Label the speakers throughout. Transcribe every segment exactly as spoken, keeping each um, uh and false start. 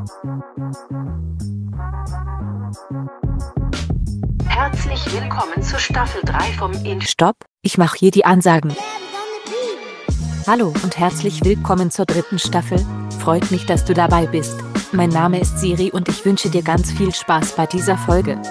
Speaker 1: Herzlich willkommen zur Staffel drei vom In...
Speaker 2: Stopp, ich mache hier die Ansagen. Hallo und herzlich willkommen zur dritten Staffel. Freut mich, dass du dabei bist. Mein Name ist Siri und ich wünsche dir ganz viel Spaß bei dieser Folge.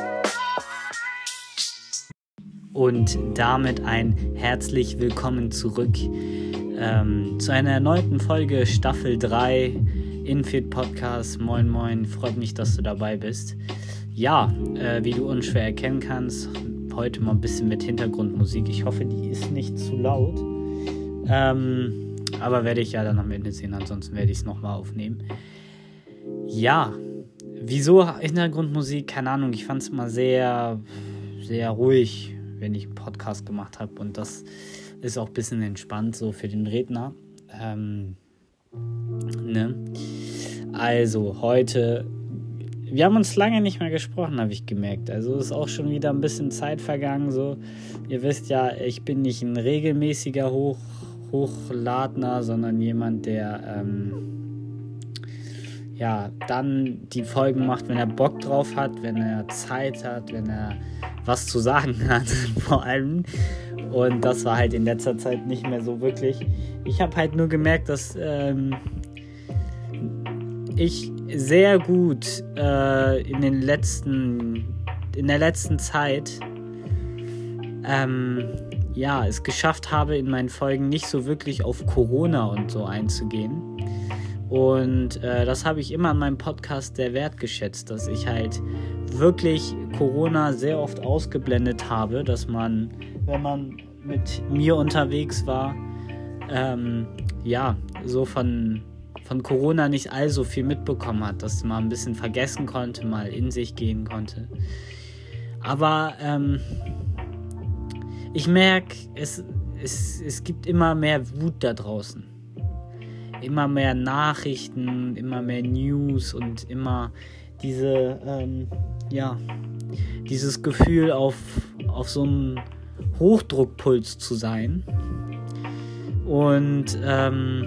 Speaker 3: Und damit ein herzlich willkommen zurück ähm, zu einer erneuten Folge Staffel drei Infit Podcast. Moin moin, freut mich, dass du dabei bist. Ja, äh, wie du unschwer erkennen kannst, heute mal ein bisschen mit Hintergrundmusik. Ich hoffe, die ist nicht zu laut. Ähm, aber werde ich ja dann am Ende sehen, ansonsten werde ich es nochmal aufnehmen. Ja, wieso Hintergrundmusik? Keine Ahnung, ich fand es immer sehr, sehr ruhig, wenn ich einen Podcast gemacht habe, und das ist auch ein bisschen entspannt so für den Redner. Ähm, ne? Also heute, wir haben uns lange nicht mehr gesprochen, habe ich gemerkt. Also ist auch schon wieder ein bisschen Zeit vergangen. So, ihr wisst ja, ich bin nicht ein regelmäßiger Hoch, Hochladner, sondern jemand, der ähm, ja dann die Folgen macht, wenn er Bock drauf hat, wenn er Zeit hat, wenn er was zu sagen hat, vor allem. Und das war halt in letzter Zeit nicht mehr so wirklich. Ich habe halt nur gemerkt, dass ähm, ich sehr gut äh, in den letzten, in der letzten Zeit ähm, ja, es geschafft habe, in meinen Folgen nicht so wirklich auf Corona und so einzugehen. Und äh, das habe ich immer an meinem Podcast sehr wertgeschätzt, dass ich halt wirklich Corona sehr oft ausgeblendet habe, dass man, wenn man mit mir unterwegs war, ähm, ja, so von, von Corona nicht allzu viel mitbekommen hat, dass man ein bisschen vergessen konnte, mal in sich gehen konnte. Aber ähm, ich merke, es, es, es gibt immer mehr Wut da draußen. Immer mehr Nachrichten, immer mehr News und immer diese, ähm, ja, dieses Gefühl, auf, auf so einem Hochdruckpuls zu sein. Und ähm,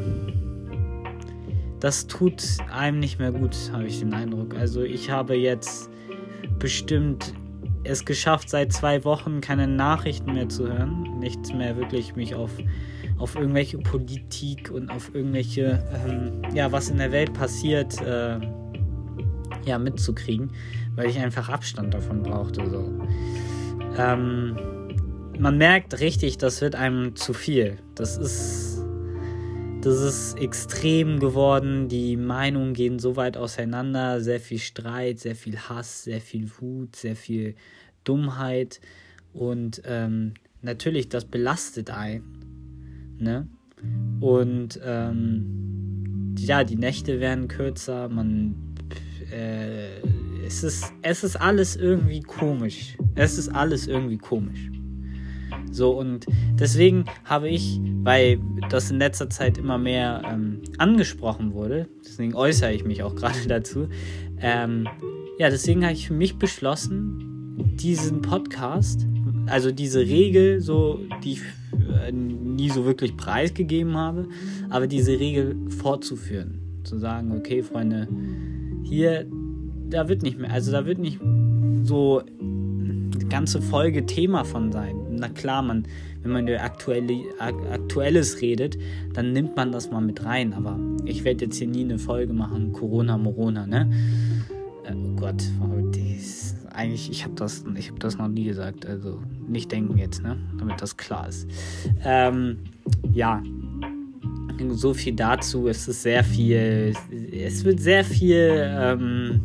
Speaker 3: das tut einem nicht mehr gut, habe ich den Eindruck. Also ich habe jetzt bestimmt es geschafft, seit zwei Wochen keine Nachrichten mehr zu hören. Nichts mehr wirklich mich auf, auf irgendwelche Politik und auf irgendwelche, ähm, ja, was in der Welt passiert, äh, ja, mitzukriegen, weil ich einfach Abstand davon brauchte. So. Ähm, man merkt richtig, das wird einem zu viel. Das ist, das ist extrem geworden. Die Meinungen gehen so weit auseinander. Sehr viel Streit, sehr viel Hass, sehr viel Wut, sehr viel Dummheit. Und ähm, natürlich, das belastet einen. Ne? Und ähm, ja, die Nächte werden kürzer. Man äh, es ist, es ist alles irgendwie komisch. Es ist alles irgendwie komisch. So, und deswegen habe ich, weil das in letzter Zeit immer mehr ähm, angesprochen wurde, deswegen äußere ich mich auch gerade dazu, ähm, ja, deswegen habe ich für mich beschlossen, diesen Podcast, also diese Regel, so, die ich äh, nie so wirklich preisgegeben habe, aber diese Regel fortzuführen. Zu sagen, okay, Freunde, hier, da wird nicht mehr, also da wird nicht so die ganze Folge Thema von sein. Na klar, man, wenn man über aktuelle, Aktuelles redet, dann nimmt man das mal mit rein, aber ich werde jetzt hier nie eine Folge machen, Corona, Morona, ne? Äh, oh Gott, das, eigentlich, ich habe das, ich habe das noch nie gesagt, also nicht denken jetzt, ne? Damit das klar ist. Ähm, ja, so viel dazu, es ist sehr viel, es wird sehr viel ähm,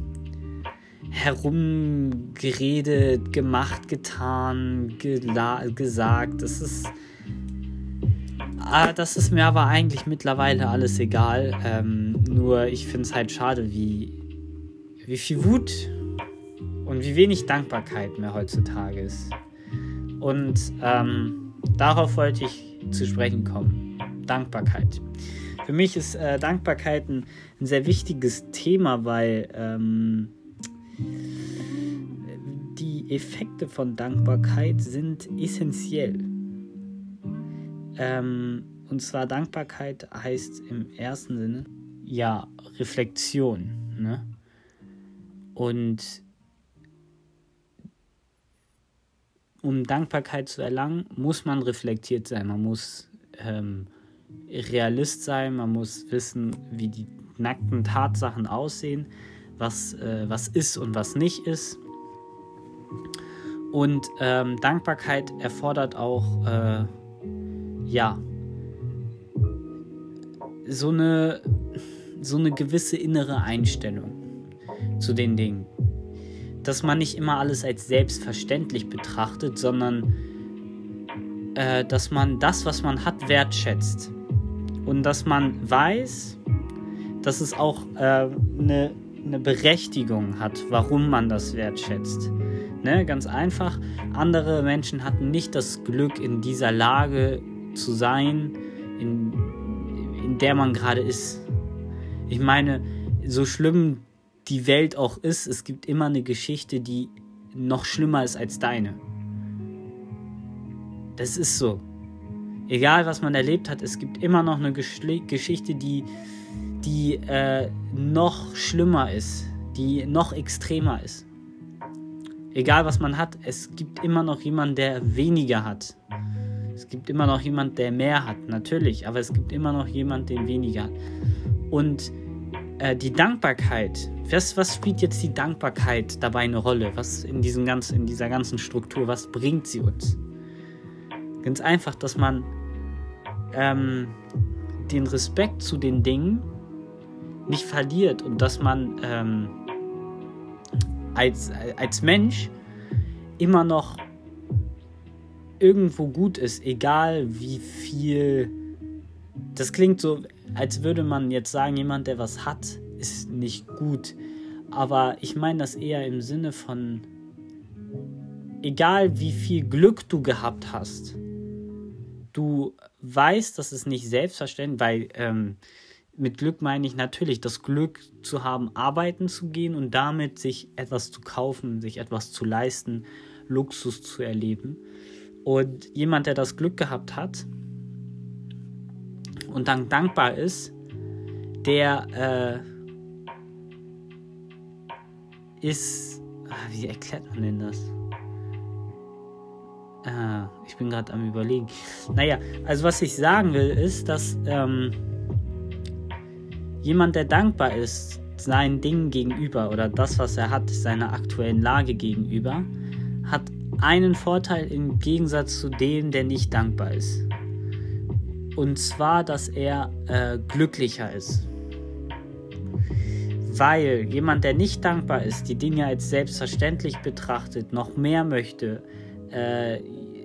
Speaker 3: herumgeredet, gemacht, getan, gela- gesagt. Das ist, äh, das ist mir aber eigentlich mittlerweile alles egal. Ähm, nur ich finde es halt schade, wie, wie viel Wut und wie wenig Dankbarkeit mehr heutzutage ist. Und ähm, darauf wollte ich zu sprechen kommen. Dankbarkeit. Für mich ist äh, Dankbarkeit ein, ein sehr wichtiges Thema, weil ähm, die Effekte von Dankbarkeit sind essentiell. Ähm, und zwar Dankbarkeit heißt im ersten Sinne, ja, Reflexion. ne? Und um Dankbarkeit zu erlangen, muss man reflektiert sein. Man muss ähm, Realist sein. Man muss wissen, wie die nackten Tatsachen aussehen, was, äh, was ist und was nicht ist. Und ähm, Dankbarkeit erfordert auch, äh, ja, so eine, so eine gewisse innere Einstellung zu den Dingen. Dass man nicht immer alles als selbstverständlich betrachtet, sondern äh, dass man das, was man hat, wertschätzt. Und dass man weiß, dass es auch äh, eine, eine Berechtigung hat, warum man das wertschätzt. Ne? Ganz einfach, andere Menschen hatten nicht das Glück, in dieser Lage zu sein, in, in der man gerade ist. Ich meine, so schlimm die Welt auch ist, es gibt immer eine Geschichte, die noch schlimmer ist als deine. Das ist so. Egal, was man erlebt hat, es gibt immer noch eine Geschle- Geschichte, die, die äh, noch schlimmer ist, die noch extremer ist. Egal, was man hat, es gibt immer noch jemanden, der weniger hat. Es gibt immer noch jemanden, der mehr hat, natürlich, aber es gibt immer noch jemanden, der weniger hat. Und äh, die Dankbarkeit, was, was spielt jetzt die Dankbarkeit dabei eine Rolle? Was in, diesem ganzen, in dieser ganzen Struktur, was bringt sie uns? Ganz einfach, dass man ähm, den Respekt zu den Dingen nicht verliert und dass man ähm, als, als Mensch immer noch irgendwo gut ist, egal wie viel. Das klingt so, als würde man jetzt sagen, jemand, der was hat, ist nicht gut. Aber ich meine das eher im Sinne von, egal wie viel Glück du gehabt hast, du weißt, dass es nicht selbstverständlich, weil ähm, mit Glück meine ich natürlich das Glück zu haben, arbeiten zu gehen und damit sich etwas zu kaufen, sich etwas zu leisten, Luxus zu erleben. Und jemand, der das Glück gehabt hat und dann dankbar ist, der äh, ist, ach, wie erklärt man denn das? Ah, ich bin gerade am Überlegen. Naja, also was ich sagen will, ist, dass ähm, jemand, der dankbar ist, seinen Dingen gegenüber oder das, was er hat, seiner aktuellen Lage gegenüber, hat einen Vorteil im Gegensatz zu dem, der nicht dankbar ist. Und zwar, dass er äh, glücklicher ist. Weil jemand, der nicht dankbar ist, die Dinge als selbstverständlich betrachtet, noch mehr möchte, äh,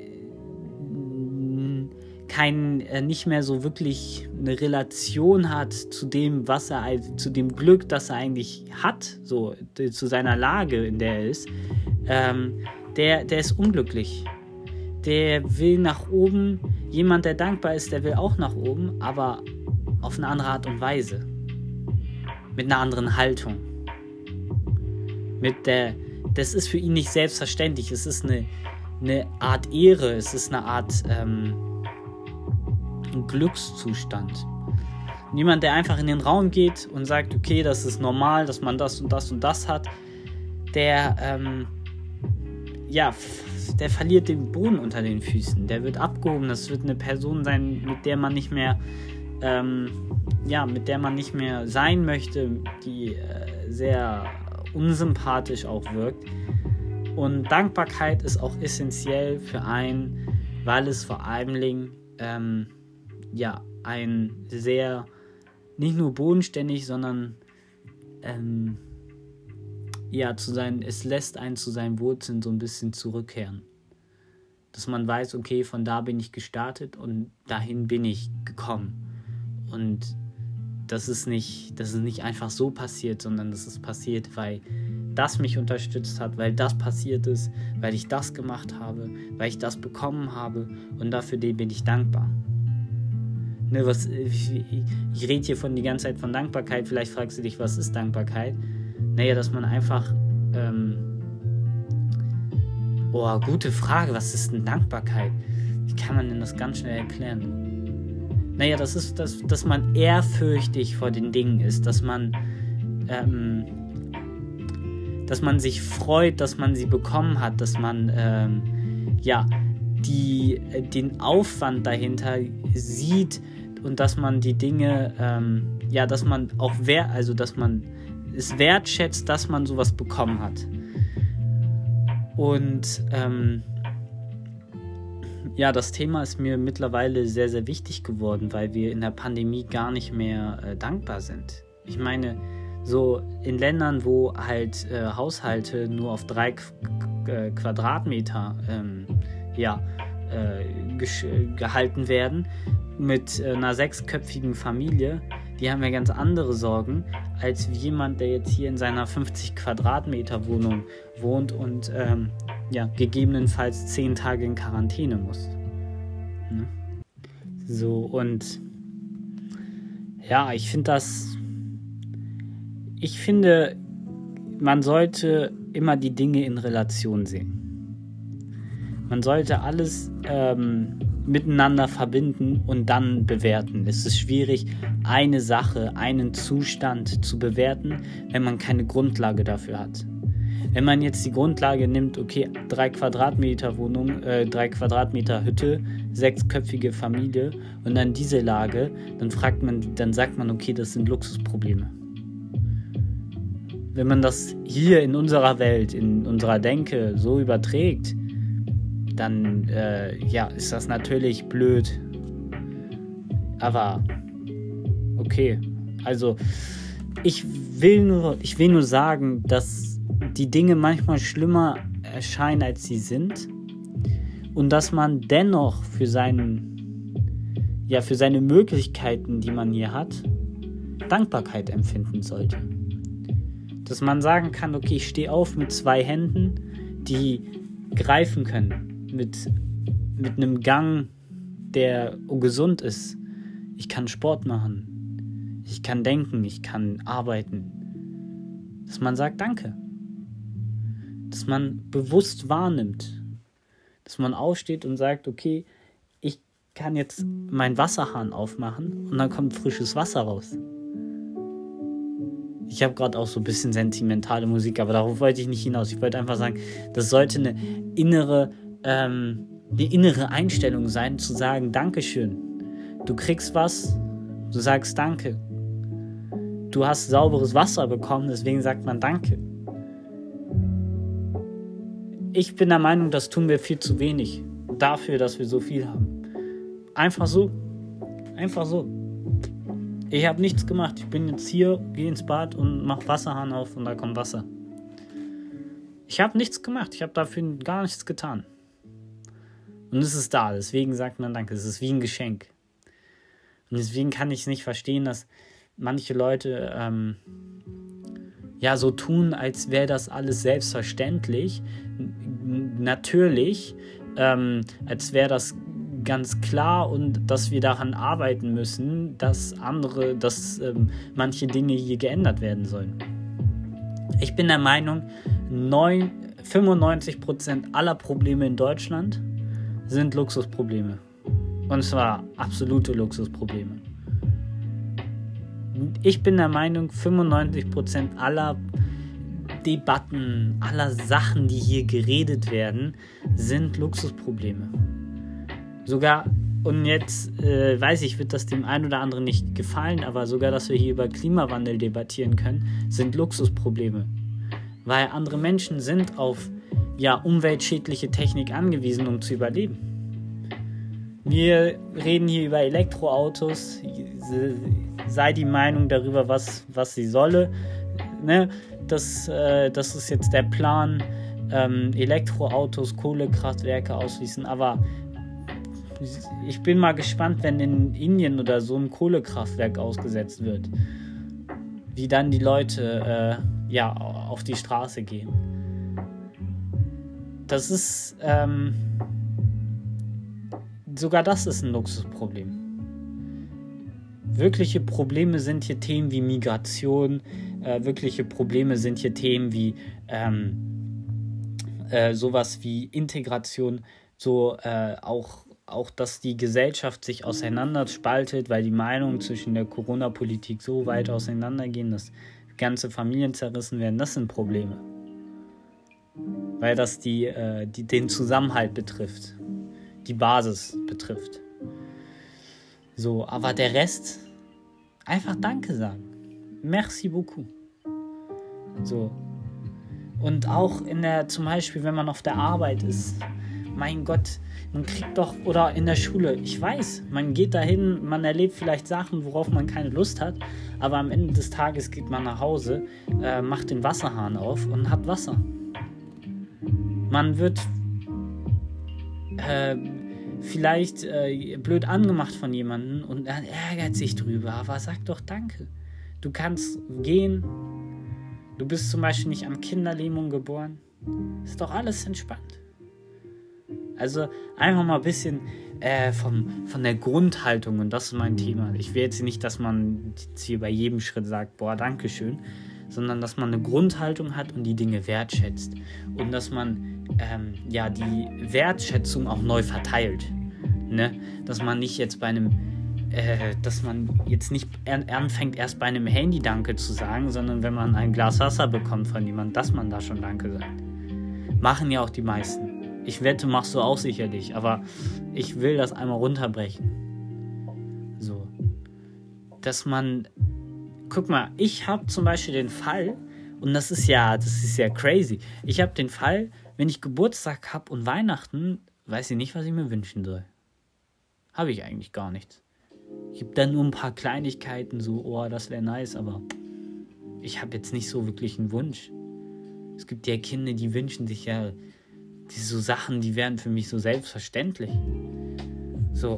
Speaker 3: kein, äh, nicht mehr so wirklich eine Relation hat zu dem, was er, zu dem Glück, das er eigentlich hat, so zu seiner Lage, in der er ist, ähm, der, der ist unglücklich. Der will nach oben. Jemand, der dankbar ist, der will auch nach oben, aber auf eine andere Art und Weise. Mit einer anderen Haltung. Mit der, das ist für ihn nicht selbstverständlich. Es ist eine, eine Art Ehre, es ist eine Art ähm, ein Glückszustand. Und jemand, der einfach in den Raum geht und sagt, okay, das ist normal, dass man das und das und das hat, der ähm, ja, der verliert den Boden unter den Füßen, der wird abgehoben, das wird eine Person sein, mit der man nicht mehr ähm, ja, mit der man nicht mehr sein möchte, die äh, sehr unsympathisch auch wirkt. Und Dankbarkeit ist auch essentiell für einen, weil es vor allem ähm, ja, ein sehr, nicht nur bodenständig, sondern ähm, ja, zu sein, es lässt einen zu seinen Wurzeln so ein bisschen zurückkehren. Dass man weiß, okay, von da bin ich gestartet und dahin bin ich gekommen. Und das ist nicht, das ist nicht einfach so passiert, sondern das ist passiert, weil das mich unterstützt hat, weil das passiert ist, weil ich das gemacht habe, weil ich das bekommen habe und dafür bin ich dankbar. Ne, was, ich, ich rede hier von die ganze Zeit von Dankbarkeit, vielleicht fragst du dich, was ist Dankbarkeit? Naja, dass man einfach, ähm, oh, gute Frage, was ist denn Dankbarkeit? Wie kann man denn das ganz schnell erklären? Naja, das ist, dass, dass man ehrfürchtig vor den Dingen ist, dass man ähm, dass man sich freut, dass man sie bekommen hat, dass man ähm, ja, die, den Aufwand dahinter sieht und dass man die Dinge, ähm, ja, dass man auch wer, also dass man es wertschätzt, dass man sowas bekommen hat. Und ähm, ja, das Thema ist mir mittlerweile sehr, sehr wichtig geworden, weil wir in der Pandemie gar nicht mehr äh, dankbar sind. Ich meine, so in Ländern, wo halt äh, Haushalte nur auf drei Qu- äh, Quadratmeter ähm, ja, äh, gesch- gehalten werden, mit äh, einer sechsköpfigen Familie, die haben ja ganz andere Sorgen, als jemand, der jetzt hier in seiner fünfzig Quadratmeter Wohnung wohnt und ähm, ja, gegebenenfalls zehn Tage in Quarantäne muss. Ne? So, und ja, ich finde das, ich finde, man sollte immer die Dinge in Relation sehen. Man sollte alles ähm, miteinander verbinden und dann bewerten. Es ist schwierig, eine Sache, einen Zustand zu bewerten, wenn man keine Grundlage dafür hat. Wenn man jetzt die Grundlage nimmt, okay, drei Quadratmeter Wohnung, äh, drei Quadratmeter Hütte, sechsköpfige Familie und dann diese Lage, dann fragt man, dann sagt man, okay, das sind Luxusprobleme. Wenn man das hier in unserer Welt, in unserer Denke so überträgt, dann äh, ja, ist das natürlich blöd. Aber okay, also ich will nur, ich will nur sagen, dass die Dinge manchmal schlimmer erscheinen, als sie sind und dass man dennoch für seinen, ja, für seine Möglichkeiten, die man hier hat, Dankbarkeit empfinden sollte. Dass man sagen kann, okay, ich stehe auf mit zwei Händen, die greifen können. Mit, mit einem Gang, der gesund ist. Ich kann Sport machen. Ich kann denken, ich kann arbeiten. Dass man sagt Danke. Dass man bewusst wahrnimmt. Dass man aufsteht und sagt, okay, ich kann jetzt meinen Wasserhahn aufmachen und dann kommt frisches Wasser raus. Ich habe gerade auch so ein bisschen sentimentale Musik, aber darauf wollte ich nicht hinaus. Ich wollte einfach sagen, das sollte eine innere Ähm, die innere Einstellung sein, zu sagen, Dankeschön. Du kriegst was, du sagst Danke. Du hast sauberes Wasser bekommen, deswegen sagt man Danke. Ich bin der Meinung, das tun wir viel zu wenig dafür, dass wir so viel haben. Einfach so. Einfach so. Ich habe nichts gemacht. Ich bin jetzt hier, gehe ins Bad und mache Wasserhahn auf und da kommt Wasser. Ich habe nichts gemacht. Ich habe dafür gar nichts getan. Und es ist da, deswegen sagt man Danke. Es ist wie ein Geschenk. Und deswegen kann ich es nicht verstehen, dass manche Leute ähm, ja so tun, als wäre das alles selbstverständlich. N- natürlich, ähm, als wäre das ganz klar und dass wir daran arbeiten müssen, dass andere, dass ähm, manche Dinge hier geändert werden sollen. Ich bin der Meinung, neun, fünfundneunzig Prozent aller Probleme in Deutschland sind Luxusprobleme. Und zwar absolute Luxusprobleme. Ich bin der Meinung, fünfundneunzig Prozent aller Debatten, aller Sachen, die hier geredet werden, sind Luxusprobleme. Sogar, und jetzt äh, weiß ich, wird das dem einen oder anderen nicht gefallen, aber sogar, dass wir hier über Klimawandel debattieren können, sind Luxusprobleme. Weil andere Menschen sind auf ja, umweltschädliche Technik angewiesen, um zu überleben. Wir reden hier über Elektroautos, sei die Meinung darüber, was, was sie solle. Ne? Das, äh, das ist jetzt der Plan, ähm, Elektroautos, Kohlekraftwerke ausschließen, aber ich bin mal gespannt, wenn in Indien oder so ein Kohlekraftwerk ausgesetzt wird, wie dann die Leute äh, ja, auf die Straße gehen. Das ist, ähm, sogar das ist ein Luxusproblem. Wirkliche Probleme sind hier Themen wie Migration, äh, wirkliche Probleme sind hier Themen wie ähm, äh, sowas wie Integration, so äh, auch, auch, dass die Gesellschaft sich auseinanderspaltet, weil die Meinungen zwischen der Corona-Politik so weit auseinandergehen, dass ganze Familien zerrissen werden, das sind Probleme. Weil das die, äh, die, den Zusammenhalt betrifft, die Basis betrifft. So, aber der Rest, einfach Danke sagen. Merci beaucoup. So. Und auch in der, zum Beispiel, wenn man auf der Arbeit ist, mein Gott, man kriegt doch, oder in der Schule, ich weiß, man geht dahin, man erlebt vielleicht Sachen, worauf man keine Lust hat, aber am Ende des Tages geht man nach Hause, äh, macht den Wasserhahn auf und hat Wasser. Man wird äh, vielleicht äh, blöd angemacht von jemandem und dann ärgert sich drüber, aber sag doch Danke. Du kannst gehen, du bist zum Beispiel nicht an Kinderlähmung geboren, ist doch alles entspannt. Also einfach mal ein bisschen äh, vom, von der Grundhaltung, und das ist mein Thema. Ich will jetzt nicht, dass man jetzt hier bei jedem Schritt sagt, boah, Dankeschön, sondern dass man eine Grundhaltung hat und die Dinge wertschätzt. Und dass man ähm, ja, die Wertschätzung auch neu verteilt. Ne? Dass man nicht jetzt bei einem, äh, dass man jetzt nicht anfängt, erst bei einem Handy Danke zu sagen, sondern wenn man ein Glas Wasser bekommt von jemandem, dass man da schon Danke sagt. Machen ja auch die meisten. Ich wette, machst du auch sicherlich, aber ich will das einmal runterbrechen. So. Dass man, guck mal, ich habe zum Beispiel den Fall, und das ist ja, das ist ja crazy, ich habe den Fall, wenn ich Geburtstag habe und Weihnachten, weiß ich nicht, was ich mir wünschen soll. Habe ich eigentlich gar nichts. Ich habe dann nur ein paar Kleinigkeiten, so, oh, das wäre nice, aber ich habe jetzt nicht so wirklich einen Wunsch. Es gibt ja Kinder, die wünschen sich ja diese so Sachen, die wären für mich so selbstverständlich. So.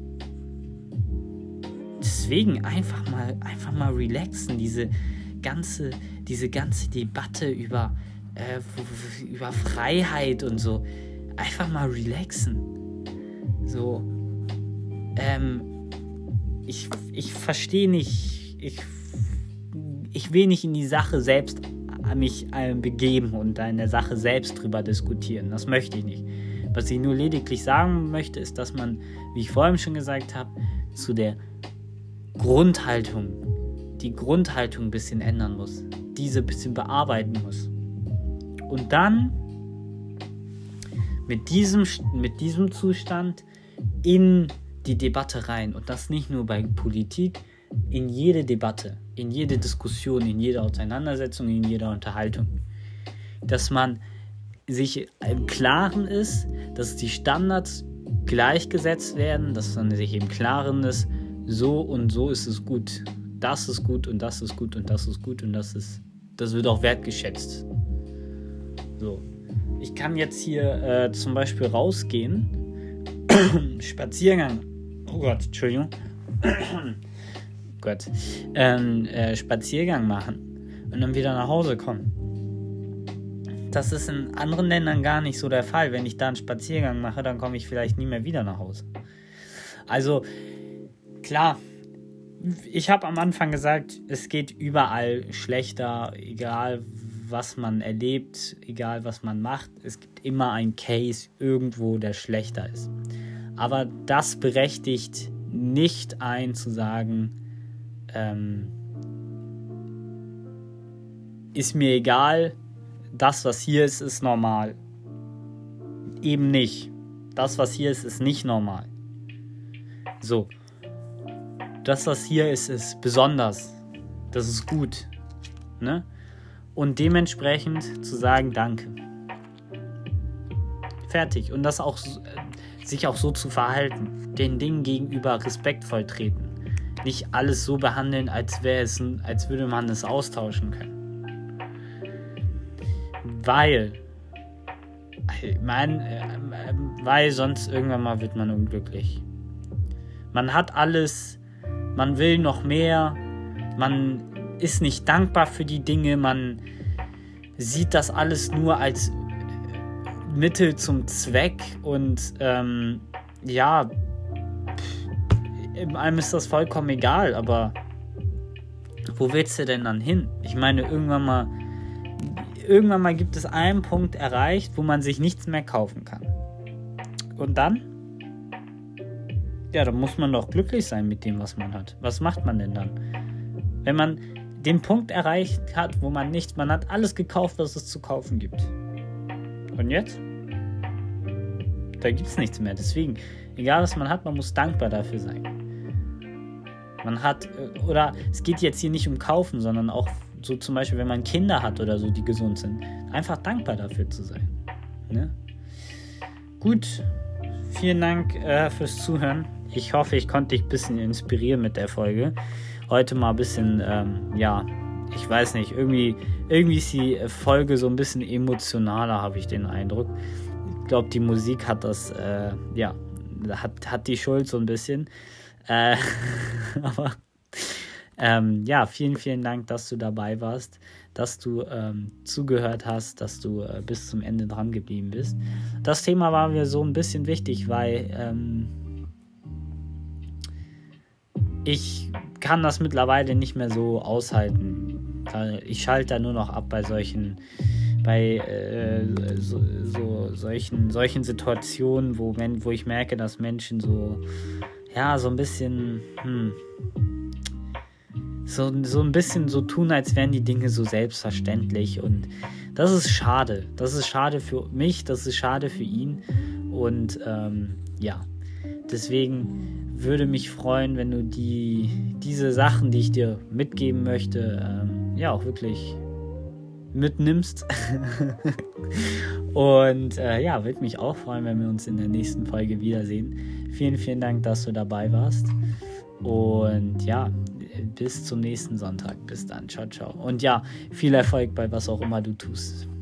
Speaker 3: Deswegen einfach mal, einfach mal relaxen. Diese ganze, diese ganze Debatte über, äh, über Freiheit und so. Einfach mal relaxen. So. Ähm, ich, ich verstehe nicht, ich, ich will nicht in die Sache selbst mich äh, begeben und da in der Sache selbst drüber diskutieren. Das möchte ich nicht. Was ich nur lediglich sagen möchte, ist, dass man, wie ich vorhin schon gesagt habe, zu der Grundhaltung, die Grundhaltung ein bisschen ändern muss. Diese ein bisschen bearbeiten muss. Und dann mit diesem, mit diesem Zustand in die Debatte rein. Und das nicht nur bei Politik, in jede Debatte, in jede Diskussion, in jede Auseinandersetzung, in jeder Unterhaltung. Dass man sich im Klaren ist, dass die Standards gleichgesetzt werden, dass man sich im Klaren ist, so und so ist es gut. Das ist gut und das ist gut und das ist gut und das ist, das wird auch wertgeschätzt. So. Ich kann jetzt hier äh, zum Beispiel rausgehen, Spaziergang, oh Gott, Entschuldigung, Gott, ähm, äh, Spaziergang machen und dann wieder nach Hause kommen. Das ist in anderen Ländern gar nicht so der Fall. Wenn ich da einen Spaziergang mache, dann komme ich vielleicht nie mehr wieder nach Hause. Also, klar, ich habe am Anfang gesagt, es geht überall schlechter, egal was man erlebt, egal was man macht. Es gibt immer einen Case irgendwo, der schlechter ist. Aber das berechtigt nicht ein, zu sagen, ähm, ist mir egal, das, was hier ist, ist normal. Eben nicht. Das, was hier ist, ist nicht normal. So. Das, was hier ist, ist besonders. Das ist gut. Ne? Und dementsprechend zu sagen, danke. Fertig. Und das auch, sich auch so zu verhalten. Den Dingen gegenüber respektvoll treten. Nicht alles so behandeln, als wäre es, als würde man es austauschen können. Weil, ich meine, weil sonst irgendwann mal wird man unglücklich. Man hat alles, man will noch mehr, man ist nicht dankbar für die Dinge, man sieht das alles nur als Mittel zum Zweck und ähm, ja, einem ist das vollkommen egal, aber wo willst du denn dann hin? Ich meine, irgendwann mal irgendwann mal gibt es einen Punkt erreicht, wo man sich nichts mehr kaufen kann. Und dann? Ja, dann muss man doch glücklich sein mit dem, was man hat. Was macht man denn dann? Wenn man den Punkt erreicht hat, wo man nichts, man hat alles gekauft, was es zu kaufen gibt. Und jetzt? Da gibt es nichts mehr. Deswegen, egal was man hat, man muss dankbar dafür sein. Man hat, oder es geht jetzt hier nicht um Kaufen, sondern auch so zum Beispiel, wenn man Kinder hat oder so, die gesund sind, einfach dankbar dafür zu sein. Ne? Gut, vielen Dank äh, fürs Zuhören. Ich hoffe, ich konnte dich ein bisschen inspirieren mit der Folge. Heute mal ein bisschen, ähm, ja, ich weiß nicht, irgendwie, irgendwie ist die Folge so ein bisschen emotionaler, habe ich den Eindruck. Ich glaube, die Musik hat das, äh, ja, hat, hat die Schuld so ein bisschen. Äh, aber ähm, ja, vielen, vielen Dank, dass du dabei warst, dass du ähm, zugehört hast, dass du äh, bis zum Ende dran geblieben bist. Das Thema war mir so ein bisschen wichtig, weil ähm, ich kann das mittlerweile nicht mehr so aushalten. Ich schalte da nur noch ab bei solchen, bei äh, so, so, solchen, solchen Situationen, wo, wo ich merke, dass Menschen so, ja, so ein bisschen, hm, so, so ein bisschen so tun, als wären die Dinge so selbstverständlich. Und das ist schade. Das ist schade für mich, das ist schade für ihn. Und ähm, ja, deswegen würde mich freuen, wenn du die, diese Sachen, die ich dir mitgeben möchte, ähm, ja auch wirklich mitnimmst. Und äh, ja, würde mich auch freuen, wenn wir uns in der nächsten Folge wiedersehen. Vielen, vielen Dank, dass du dabei warst. Und ja, bis zum nächsten Sonntag. Bis dann. Ciao, ciao. Und ja, viel Erfolg bei was auch immer du tust.